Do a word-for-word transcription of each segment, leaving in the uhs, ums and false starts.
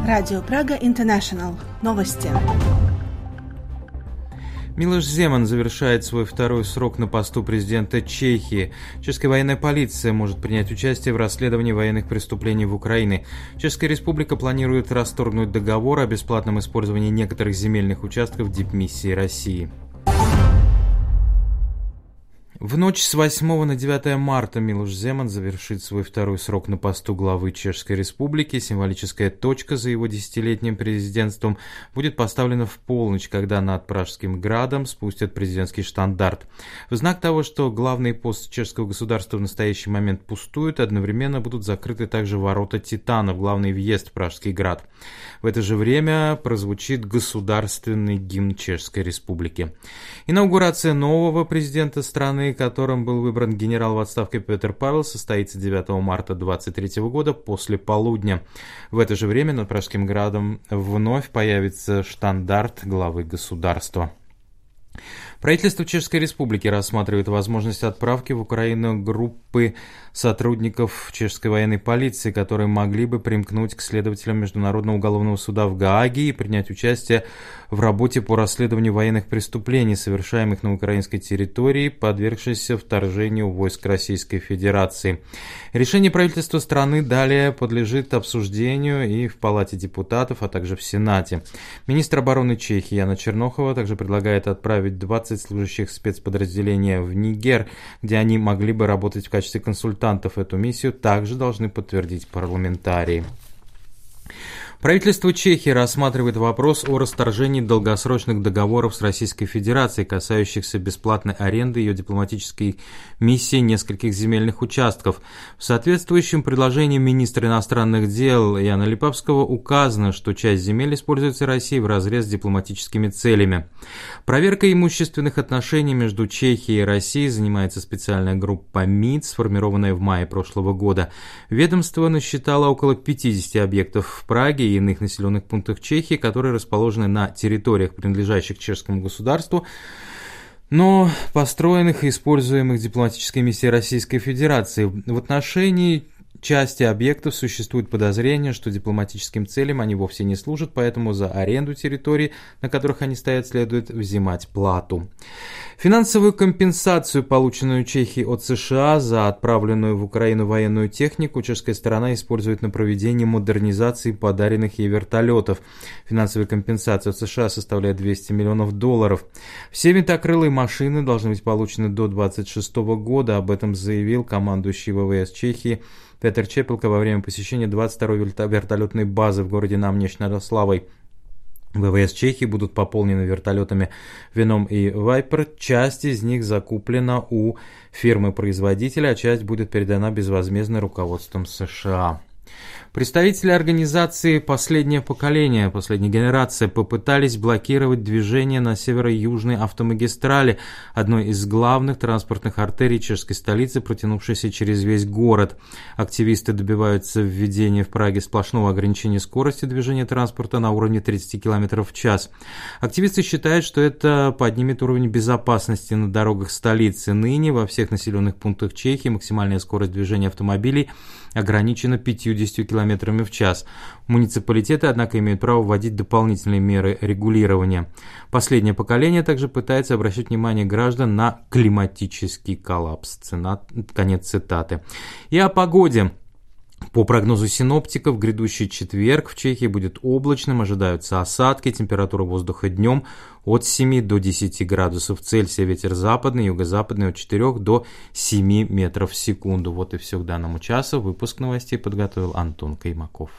Радио Прага Интернешнл. Новости. Милош Земан завершает свой второй срок на посту президента Чехии. Чешская военная полиция может принять участие в расследовании военных преступлений в Украине. Чешская республика планирует расторгнуть договор о бесплатном использовании некоторых земельных участков дипмиссии России. В ночь с восьмого на девятое марта Милош Земан завершит свой второй срок на посту главы Чешской Республики. Символическая точка за его десятилетним президентством будет поставлена в полночь, когда над Пражским градом спустят президентский штандарт. В знак того, что главный пост чешского государства в настоящий момент пустует, одновременно будут закрыты также ворота Титанов, главный въезд в Пражский град. В это же время прозвучит государственный гимн Чешской Республики. Инаугурация нового президента страны, которым был выбран генерал в отставке Петр Павел, состоится девятого марта двадцать третьего года после полудня. В это же время над Пражским градом вновь появится штандарт главы государства. Правительство Чешской Республики рассматривает возможность отправки в Украину группы сотрудников чешской военной полиции, которые могли бы примкнуть к следователям Международного уголовного суда в Гааге и принять участие в работе по расследованию военных преступлений, совершаемых на украинской территории, подвергшейся вторжению войск Российской Федерации. Решение правительства страны далее подлежит обсуждению и в Палате депутатов, а также в Сенате. Министр обороны Чехии Яна Чернохова также предлагает отправить двадцать служащих спецподразделения в Нигер, где они могли бы работать в качестве консультантов. Эту миссию также должны подтвердить парламентарии. Правительство Чехии рассматривает вопрос о расторжении долгосрочных договоров с Российской Федерацией, касающихся бесплатной аренды ее дипломатической миссии нескольких земельных участков. В соответствующем предложении министра иностранных дел Яна Липавского указано, что часть земель используется Россией вразрез с дипломатическими целями. Проверкой имущественных отношений между Чехией и Россией занимается специальная группа МИД, сформированная в мае прошлого года. Ведомство насчитало около пятидесяти объектов в Праге и иных населенных пунктах Чехии, которые расположены на территориях, принадлежащих чешскому государству, но построенных и используемых дипломатической миссией Российской Федерации. В отношении части объектов существует подозрение, что дипломатическим целям они вовсе не служат, поэтому за аренду территорий, на которых они стоят, следует взимать плату. Финансовую компенсацию, полученную Чехией от США за отправленную в Украину военную технику, чешская сторона использует на проведение модернизации подаренных ей вертолетов. Финансовая компенсация от США составляет двести миллионов долларов. Все винтокрылые машины должны быть получены до двадцать шестого года, об этом заявил командующий ВВС Чехии Петр Чепелко во время посещения двадцать второй вертолетной базы в городе Намнеш над Ославой. ВВС Чехии будут пополнены вертолетами Venom и Viper. Часть из них закуплена у фирмы-производителя, а часть будет передана безвозмездно руководством США. Представители организации «Последнее поколение», «Последняя генерация» попытались блокировать движение на северо-южной автомагистрали, одной из главных транспортных артерий чешской столицы, протянувшейся через весь город. Активисты добиваются введения в Праге сплошного ограничения скорости движения транспорта на уровне тридцать километров в час. Активисты считают, что это поднимет уровень безопасности на дорогах столицы. Ныне во всех населенных пунктах Чехии максимальная скорость движения автомобилей ограничена пятьюдесятью километрами в час. Муниципалитеты, однако, имеют право вводить дополнительные меры регулирования. Последнее поколение также пытается обращать внимание граждан на климатический коллапс. Цена, конец цитаты. И о погоде. По прогнозу синоптиков, грядущий четверг в Чехии будет облачным, ожидаются осадки, температура воздуха днем от семи до десяти градусов Цельсия, ветер западный, юго-западный от четырёх до семи метров в секунду. Вот и все к данному часу. Выпуск новостей подготовил Антон Каймаков.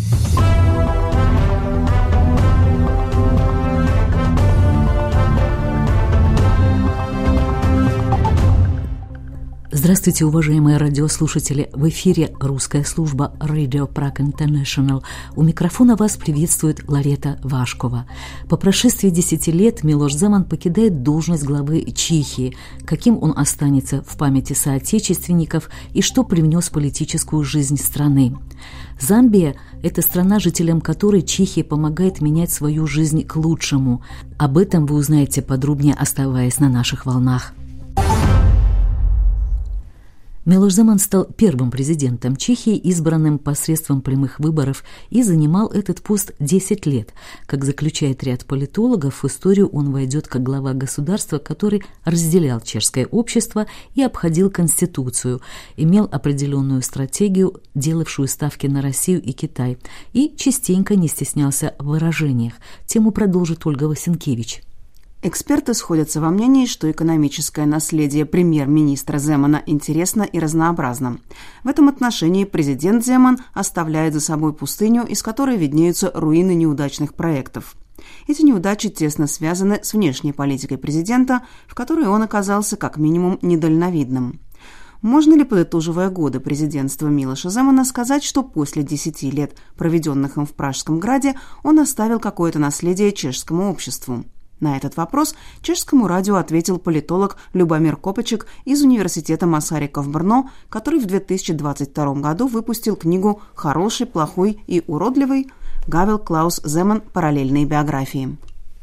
Здравствуйте, уважаемые радиослушатели! В эфире русская служба Radio Prague International. У микрофона вас приветствует Ларета Вашкова. По прошествии десяти лет Милош Земан покидает должность главы Чехии. Каким он останется в памяти соотечественников и что привнес в политическую жизнь страны? Замбия – это страна, жителям которой Чехия помогает менять свою жизнь к лучшему. Об этом вы узнаете подробнее, оставаясь на наших волнах. Милош Земан стал первым президентом Чехии, избранным посредством прямых выборов, и занимал этот пост десять лет. Как заключает ряд политологов, в историю он войдет как глава государства, который разделял чешское общество и обходил Конституцию, имел определенную стратегию, делавшую ставки на Россию и Китай, и частенько не стеснялся в выражениях. Тему продолжит Ольга Васенкевич. Эксперты сходятся во мнении, что экономическое наследие премьер-министра Земана интересно и разнообразно. В этом отношении президент Земан оставляет за собой пустыню, из которой виднеются руины неудачных проектов. Эти неудачи тесно связаны с внешней политикой президента, в которой он оказался как минимум недальновидным. Можно ли, подытоживая годы президентства Милоша Земана, сказать, что после десяти лет, проведенных им в Пражском граде, он оставил какое-то наследие чешскому обществу? На этот вопрос чешскому радио ответил политолог Любомир Копачек из университета Масарика в Брно, который в две тысячи двадцать втором году выпустил книгу «Хороший, плохой и уродливый. Гавел Клаус Земан. Параллельные биографии».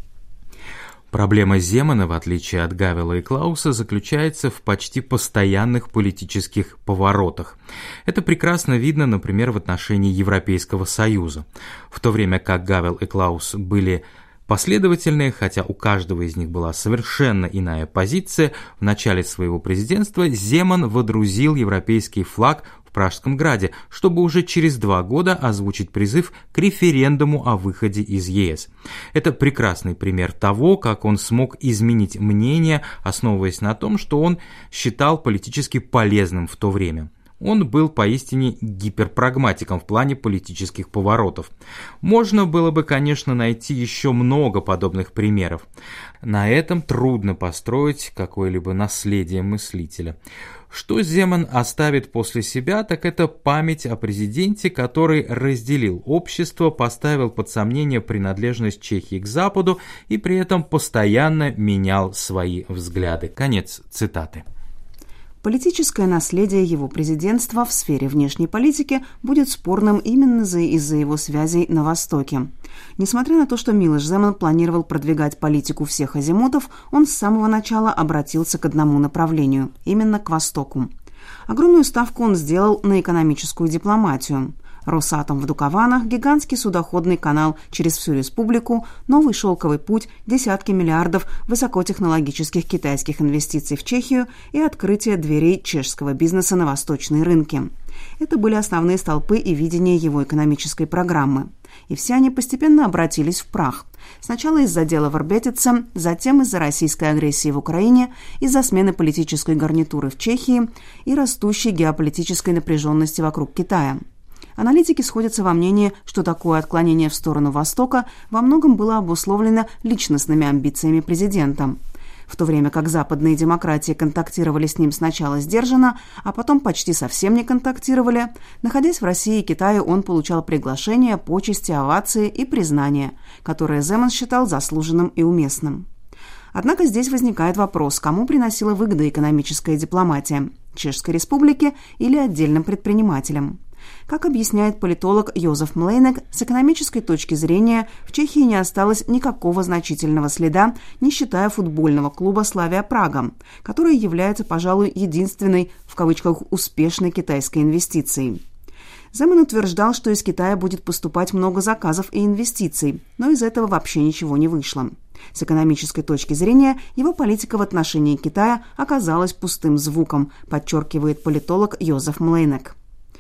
Проблема Земана, в отличие от Гавела и Клауса, заключается в почти постоянных политических поворотах. Это прекрасно видно, например, в отношении Европейского Союза. В то время как Гавел и Клаус были последовательные, хотя у каждого из них была совершенно иная позиция, в начале своего президентства Земан водрузил европейский флаг в Пражском граде, чтобы уже через два года озвучить призыв к референдуму о выходе из ЕС. Это прекрасный пример того, как он смог изменить мнение, основываясь на том, что он считал политически полезным в то время. Он был поистине гиперпрагматиком в плане политических поворотов. Можно было бы, конечно, найти еще много подобных примеров. На этом трудно построить какое-либо наследие мыслителя. Что Земан оставит после себя, так это память о президенте, который разделил общество, поставил под сомнение принадлежность Чехии к Западу и при этом постоянно менял свои взгляды. Конец цитаты. Политическое наследие его президентства в сфере внешней политики будет спорным именно из-за его связей на Востоке. Несмотря на то, что Милош Земан планировал продвигать политику всех азимутов, он с самого начала обратился к одному направлению – именно к Востоку. Огромную ставку он сделал на экономическую дипломатию. Росатом в Дукованах, гигантский судоходный канал через всю республику, новый шелковый путь, десятки миллиардов высокотехнологических китайских инвестиций в Чехию и открытие дверей чешского бизнеса на восточные рынки. Это были основные столпы и видение его экономической программы. И все они постепенно обратились в прах. Сначала из-за дела Вербетица, затем из-за российской агрессии в Украине, из-за смены политической гарнитуры в Чехии и растущей геополитической напряженности вокруг Китая. Аналитики сходятся во мнении, что такое отклонение в сторону Востока во многом было обусловлено личностными амбициями президента. В то время как западные демократии контактировали с ним сначала сдержанно, а потом почти совсем не контактировали, находясь в России и Китае, он получал приглашения, почести, овации и признания, которые Земан считал заслуженным и уместным. Однако здесь возникает вопрос, кому приносила выгоду экономическая дипломатия – Чешской Республике или отдельным предпринимателям. Как объясняет политолог Йозеф Млейнек, с экономической точки зрения в Чехии не осталось никакого значительного следа, не считая футбольного клуба «Славия Прага», который является, пожалуй, единственной, в кавычках, успешной китайской инвестицией. Земан утверждал, что из Китая будет поступать много заказов и инвестиций, но из этого вообще ничего не вышло. С экономической точки зрения его политика в отношении Китая оказалась пустым звуком, подчеркивает политолог Йозеф Млейнек.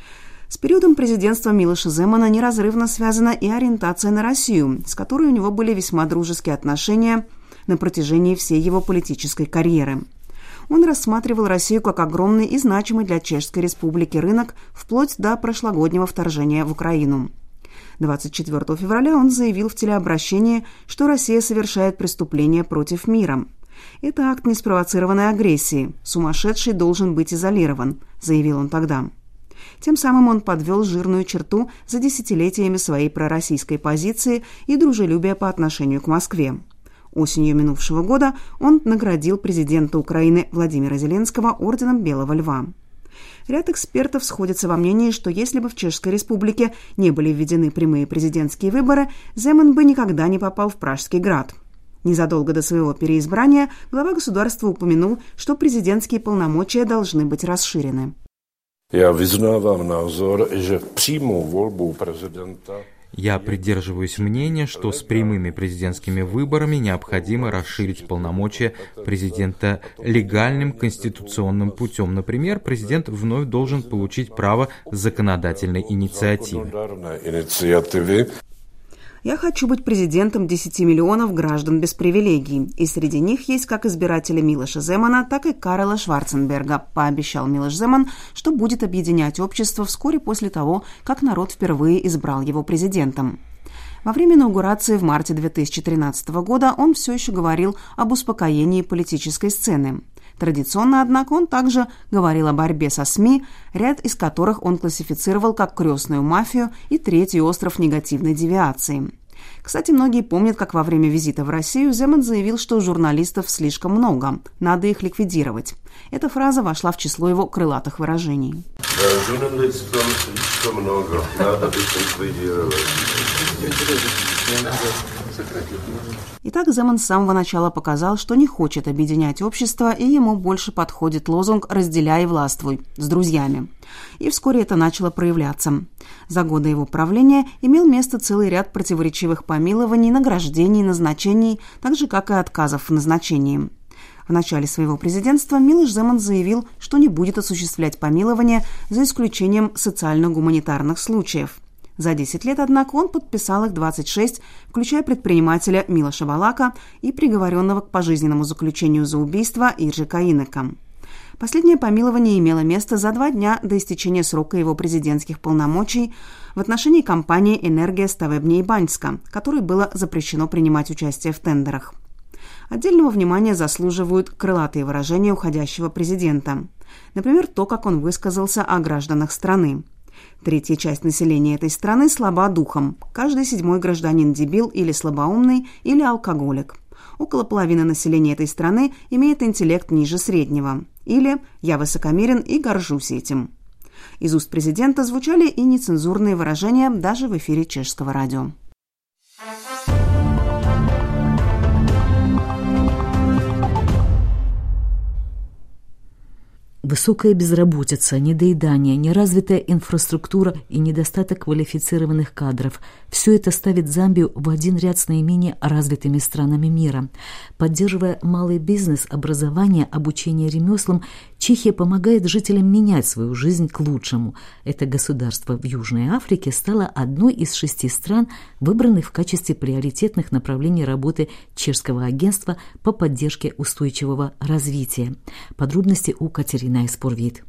С периодом президентства Милоша Земана неразрывно связана и ориентация на Россию, с которой у него были весьма дружеские отношения на протяжении всей его политической карьеры. Он рассматривал Россию как огромный и значимый для Чешской Республики рынок вплоть до прошлогоднего вторжения в Украину. двадцать четвёртого февраля он заявил в телеобращении, что Россия совершает преступление против мира. «Это акт неспровоцированной агрессии. Сумасшедший должен быть изолирован», – заявил он тогда. Тем самым он подвел жирную черту за десятилетиями своей пророссийской позиции и дружелюбия по отношению к Москве. Осенью минувшего года он наградил президента Украины Владимира Зеленского орденом Белого Льва. Ряд экспертов сходятся во мнении, что если бы в Чешской Республике не были введены прямые президентские выборы, Земан бы никогда не попал в Пражский град. Незадолго до своего переизбрания глава государства упомянул, что президентские полномочия должны быть расширены. Я vyznávám názor, že přímou volbou prezidenta Я придерживаюсь мнения, что с прямыми президентскими выборами необходимо расширить полномочия президента легальным конституционным путем. Например, президент вновь должен получить право законодательной инициативы. Я хочу быть президентом десяти миллионов граждан без привилегий. И среди них есть как избиратели Милоша Земана, так и Карла Шварценберга, пообещал Милош Земан, что будет объединять общество вскоре после того, как народ впервые избрал его президентом. Во время инаугурации в марте две тысячи тринадцатого года он все еще говорил об успокоении политической сцены. Традиционно, однако, он также говорил о борьбе со СМИ, ряд из которых он классифицировал как крестную мафию и третий остров негативной девиации. Кстати, многие помнят, как во время визита в Россию Земан заявил, что журналистов слишком много, надо их ликвидировать. Эта фраза вошла в число его крылатых выражений. Журналистов слишком много, надо их ликвидировать. Итак, Земан с самого начала показал, что не хочет объединять общество, и ему больше подходит лозунг «разделяй и властвуй» с друзьями. И вскоре это начало проявляться. За годы его правления имел место целый ряд противоречивых помилований, награждений, назначений, так же, как и отказов в назначении. В начале своего президентства Милош Земан заявил, что не будет осуществлять помилования за исключением социально-гуманитарных случаев. За десять лет, однако, он подписал их двадцать шесть, включая предпринимателя Милоша Балака и приговоренного к пожизненному заключению за убийство Иржи Каинека. Последнее помилование имело место за два дня до истечения срока его президентских полномочий в отношении компании «Энергия Ставебне и Баньска», которой было запрещено принимать участие в тендерах. Отдельного внимания заслуживают крылатые выражения уходящего президента. Например, то, как он высказался о гражданах страны. Третья часть населения этой страны слаба духом. Каждый седьмой гражданин дебил или слабоумный, или алкоголик. Около половины населения этой страны имеет интеллект ниже среднего. Или «я высокомерен и горжусь этим». Из уст президента звучали и нецензурные выражения даже в эфире чешского радио. Высокая безработица, недоедание, неразвитая инфраструктура и недостаток квалифицированных кадров – все это ставит Замбию в один ряд с наименее развитыми странами мира. Поддерживая малый бизнес, образование, обучение ремеслам, Чехия помогает жителям менять свою жизнь к лучшему. Это государство в Южной Африке стало одной из шести стран, выбранных в качестве приоритетных направлений работы Чешского агентства по поддержке устойчивого развития. Подробности у Катерины Айспорвит.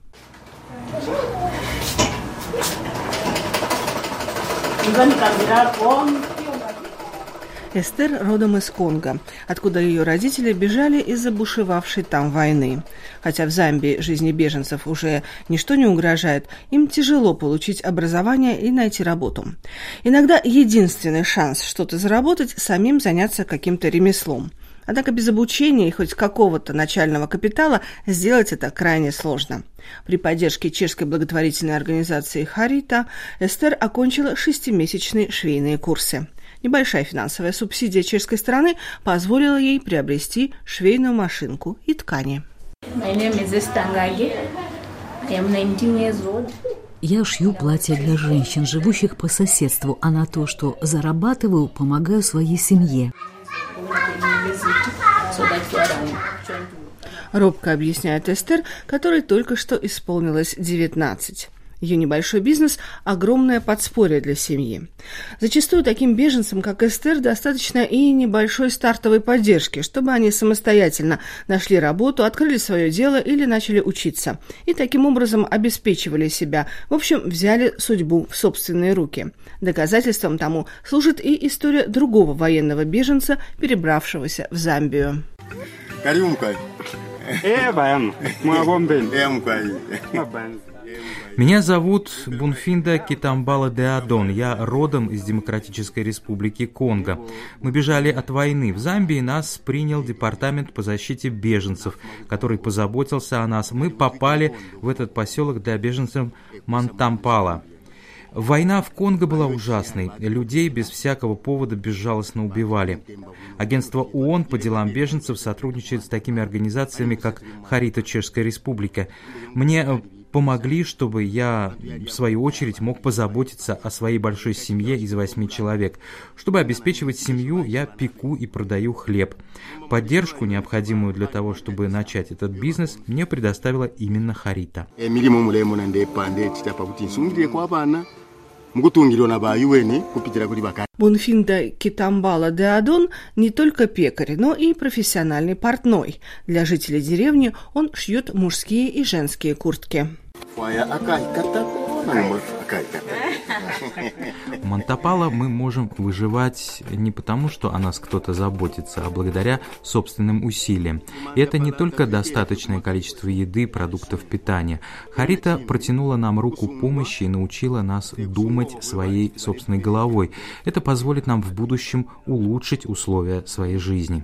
Эстер родом из Конго, откуда ее родители бежали из-за бушевавшей там войны. Хотя в Замбии жизни беженцев уже ничто не угрожает, им тяжело получить образование и найти работу. Иногда единственный шанс что-то заработать – самим заняться каким-то ремеслом. Однако без обучения и хоть какого-то начального капитала сделать это крайне сложно. При поддержке чешской благотворительной организации «Харита» Эстер окончила шестимесячные швейные курсы. Небольшая финансовая субсидия чешской стороны позволила ей приобрести швейную машинку и ткани. Я шью платья для женщин, живущих по соседству, а на то, что зарабатываю, помогаю своей семье. Робко объясняет Эстер, которой только что исполнилось девятнадцать. Ее небольшой бизнес – огромное подспорье для семьи. Зачастую таким беженцам, как Эстер, достаточно и небольшой стартовой поддержки, чтобы они самостоятельно нашли работу, открыли свое дело или начали учиться. И таким образом обеспечивали себя. В общем, взяли судьбу в собственные руки. Доказательством тому служит и история другого военного беженца, перебравшегося в Замбию. Меня зовут Бунфинда Китамбала де Адон. Я родом из Демократической Республики Конго. Мы бежали от войны. В Замбии нас принял департамент по защите беженцев, который позаботился о нас. Мы попали в этот поселок для беженцев Мантампала. Война в Конго была ужасной. Людей без всякого повода безжалостно убивали. Агентство ООН по делам беженцев сотрудничает с такими организациями, как Харита Чешская Республика. Мне помогли, чтобы я, в свою очередь, мог позаботиться о своей большой семье из восьми человек. Чтобы обеспечивать семью, я пеку и продаю хлеб. Поддержку, необходимую для того, чтобы начать этот бизнес, мне предоставила именно Харита. Бунфинда Китамбала де Адон не только пекарь, но и профессиональный портной. Для жителей деревни он шьет мужские и женские куртки. В Монтапало мы можем выживать не потому, что о нас кто-то заботится, а благодаря собственным усилиям. И это не только достаточное количество еды, продуктов питания. Харита протянула нам руку помощи и научила нас думать своей собственной головой. Это позволит нам в будущем улучшить условия своей жизни.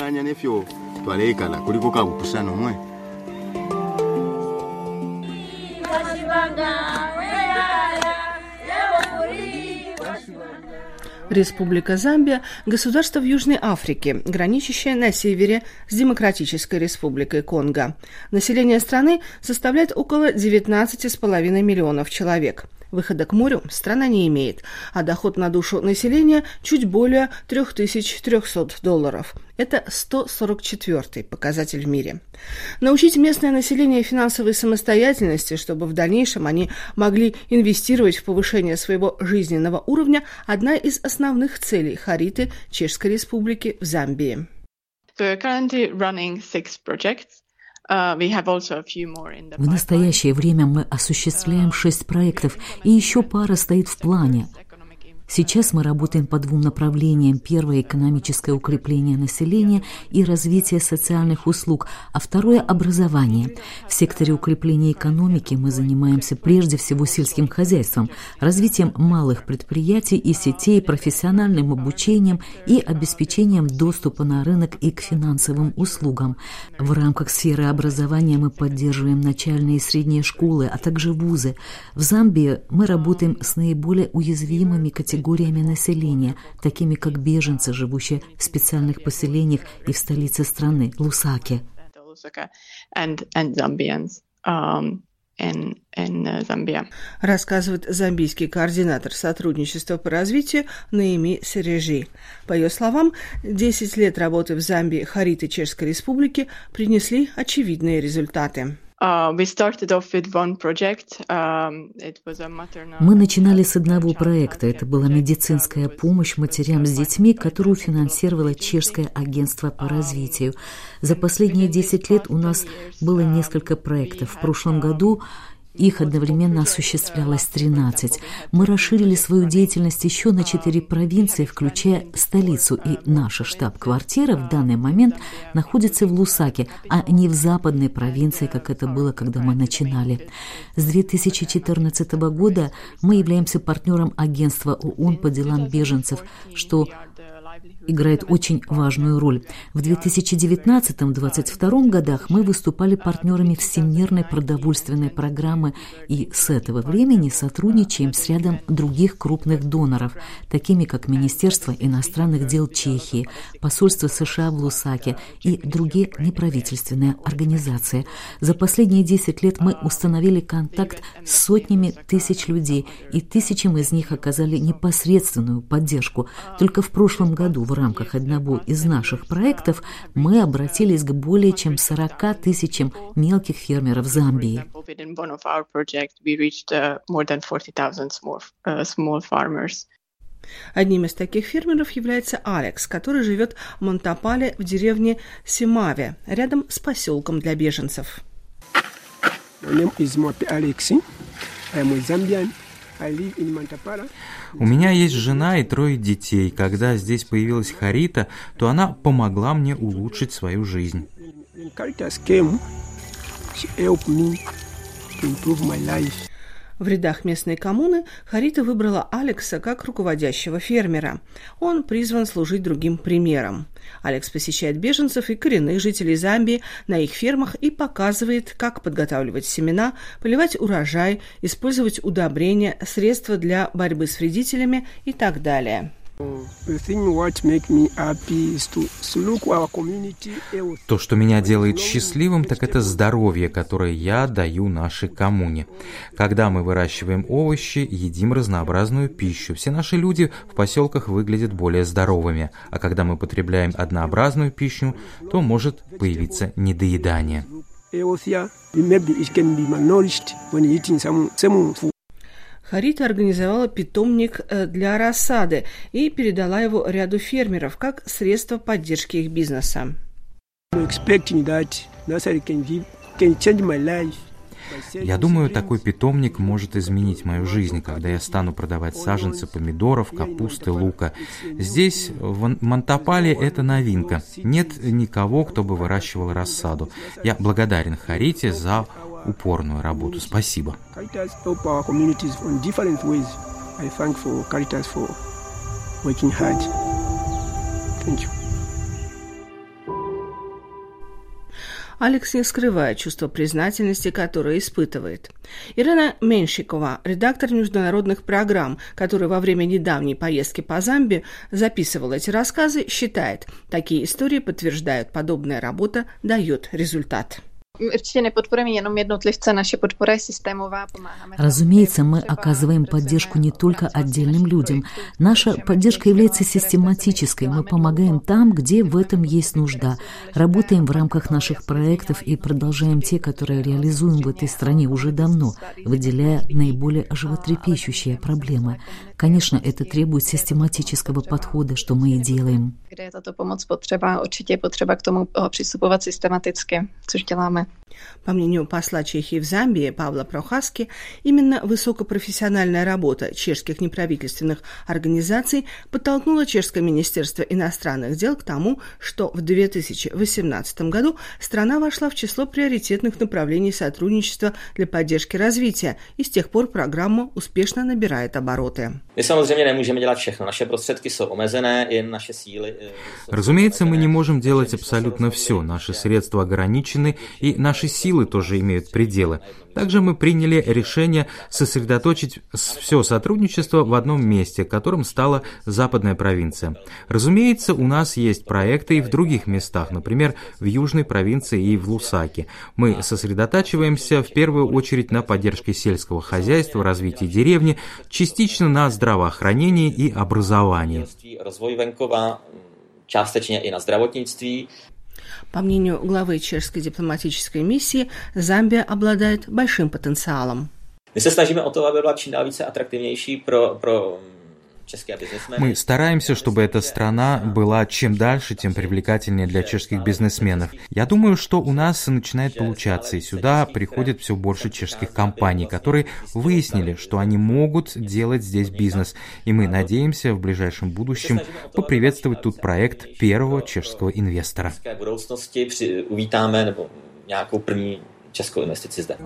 Республика Замбия – государство в Южной Африке, граничащее на севере с Демократической Республикой Конго. Население страны составляет около девятнадцать с половиной миллионов человек. Выхода к морю страна не имеет, а доход на душу населения чуть более три тысячи триста долларов. Это сто сорок четвёртый показатель в мире. Научить местное население финансовой самостоятельности, чтобы в дальнейшем они могли инвестировать в повышение своего жизненного уровня – одна из основных целей Хариты Чешской Республики в Замбии. So currently running six projects. В настоящее время мы осуществляем шесть проектов, и еще пара стоит в плане. Сейчас мы работаем по двум направлениям. Первое – экономическое укрепление населения и развитие социальных услуг, а второе – образование. В секторе укрепления экономики мы занимаемся прежде всего сельским хозяйством, развитием малых предприятий и сетей, профессиональным обучением и обеспечением доступа на рынок и к финансовым услугам. В рамках сферы образования мы поддерживаем начальные и средние школы, а также вузы. В Замбии мы работаем с наиболее уязвимыми категориями категориями населения, такими как беженцы, живущие в специальных поселениях и в столице страны, Лусаке. Рассказывает замбийский координатор сотрудничества по развитию Наими Сережи. По ее словам, десять лет работы в Замбии Хариты Чешской Республики принесли очевидные результаты. Мы начинали с одного проекта. Это была медицинская помощь матерям с детьми, которую финансировало Чешское агентство по развитию. За последние десять лет у нас было несколько проектов. В прошлом году их одновременно осуществлялось тринадцать. Мы расширили свою деятельность еще на четыре провинции, включая столицу, и наша штаб-квартира в данный момент находится в Лусаке, а не в западной провинции, как это было, когда мы начинали. С две тысячи четырнадцатого года мы являемся партнером агентства ООН по делам беженцев, что играет очень важную роль. В две тысячи девятнадцатом — две тысячи двадцать втором годах мы выступали партнерами Всемирной продовольственной программы и с этого времени сотрудничаем с рядом других крупных доноров, такими как Министерство иностранных дел Чехии, посольство США в Лусаке и другие неправительственные организации. За последние десять лет мы установили контакт с сотнями тысяч людей, и тысячам из них оказали непосредственную поддержку. Только в прошлом году в рамках одного из наших проектов мы обратились к более чем сорока тысячам мелких фермеров Замбии. Одним из таких фермеров является Алекс, который живет в Монтапале в деревне Симаве, рядом с поселком для беженцев. У меня есть жена и трое детей. Когда здесь появилась Харита, то она помогла мне улучшить свою жизнь. В рядах местной коммуны Харита выбрала Алекса как руководящего фермера. Он призван служить другим примером. Алекс посещает беженцев и коренных жителей Замбии на их фермах и показывает, как подготавливать семена, поливать урожай, использовать удобрения, средства для борьбы с вредителями и так далее. То, что меня делает счастливым, так это здоровье, которое я даю нашей коммуне. Когда мы выращиваем овощи, едим разнообразную пищу, все наши люди в поселках выглядят более здоровыми, а когда мы потребляем однообразную пищу, то может появиться недоедание. Харита организовала питомник для рассады и передала его ряду фермеров как средство поддержки их бизнеса. Я думаю, такой питомник может изменить мою жизнь, когда я стану продавать саженцы помидоров, капусты, лука. Здесь, в Мантапале, это новинка. Нет никого, кто бы выращивал рассаду. Я благодарен Харите за упорную работу. Спасибо. Алекс не скрывает чувство признательности, которое испытывает. Ирина Меньшикова, редактор международных программ, которая во время недавней поездки по Замбии записывала эти рассказы, считает, такие истории подтверждают, подобная работа дает результат. Разумеется, мы оказываем поддержку не только отдельным людям. Наша поддержка является систематической. Мы помогаем там, где в этом есть нужда. Работаем в рамках наших проектов и продолжаем те, которые реализуем в этой стране уже давно, выделяя наиболее животрепещущие проблемы. Конечно, это требует систематического подхода, что мы и делаем. Kde je tato pomoc potřeba, určitě je potřeba k tomu přistupovat systematicky, což děláme. По мнению посла Чехии в Замбии Павла Прохаски, именно высокопрофессиональная работа чешских неправительственных организаций подтолкнула Чешское министерство иностранных дел к тому, что в две тысячи восемнадцатом году страна вошла в число приоритетных направлений сотрудничества для поддержки развития, и с тех пор программа успешно набирает обороты. My samozřejmě nemůžeme dělat všechno. Naše prostředky jsou omezené, i naše síly. Разумеется, мы не можем делать абсолютно все. Наши средства ограничены, и наши силы тоже имеют пределы. Также мы приняли решение сосредоточить все сотрудничество в одном месте, которым стала западная провинция. Разумеется, у нас есть проекты и в других местах, например, в южной провинции и в Лусаке. Мы сосредотачиваемся в первую очередь на поддержке сельского хозяйства, развитии деревни, частично на здравоохранении и образовании. Částečně i na zdravotnictví. По мнению главы чешской дипломатической миссии, Замбия обладает большим потенциалом. My se snažíme o to, aby byla čím dál více atraktivnější pro, pro české biznesmeny. Мы стараемся, чтобы эта страна была чем дальше, тем привлекательнее для чешских бизнесменов. Я думаю, что у нас начинает получаться, и сюда приходит все больше чешских компаний, которые выяснили, что они могут делать здесь бизнес. И мы надеемся в ближайшем будущем поприветствовать тут проект первого чешского инвестора. V budoucnosti uvítáme nebo nějakou první českou investici zde.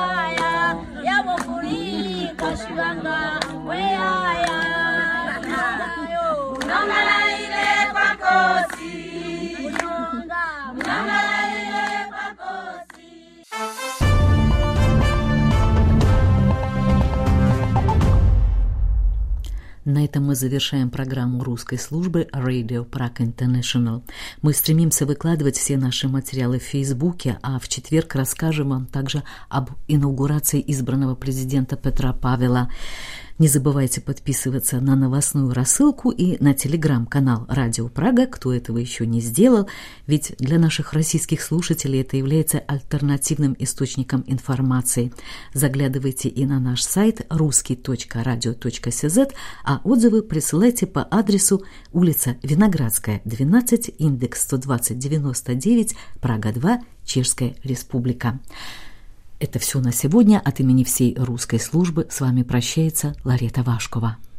На этом мы завершаем программу русской службы Radio Prague International. Мы стремимся выкладывать все наши материалы в Фейсбуке, а в четверг расскажем вам также об инаугурации избранного президента Петра Павела. Не забывайте подписываться на новостную рассылку и на телеграм-канал Радио Прага, кто этого еще не сделал, ведь для наших российских слушателей это является альтернативным источником информации. Заглядывайте и на наш сайт русский точка радио точка cz, а отзывы присылайте по адресу улица Виноградская, двенадцать, индекс сто двадцать девяносто девять, Прага два, Чешская Республика. Это все на сегодня. От имени всей русской службы с вами прощается Ларета Вашкова.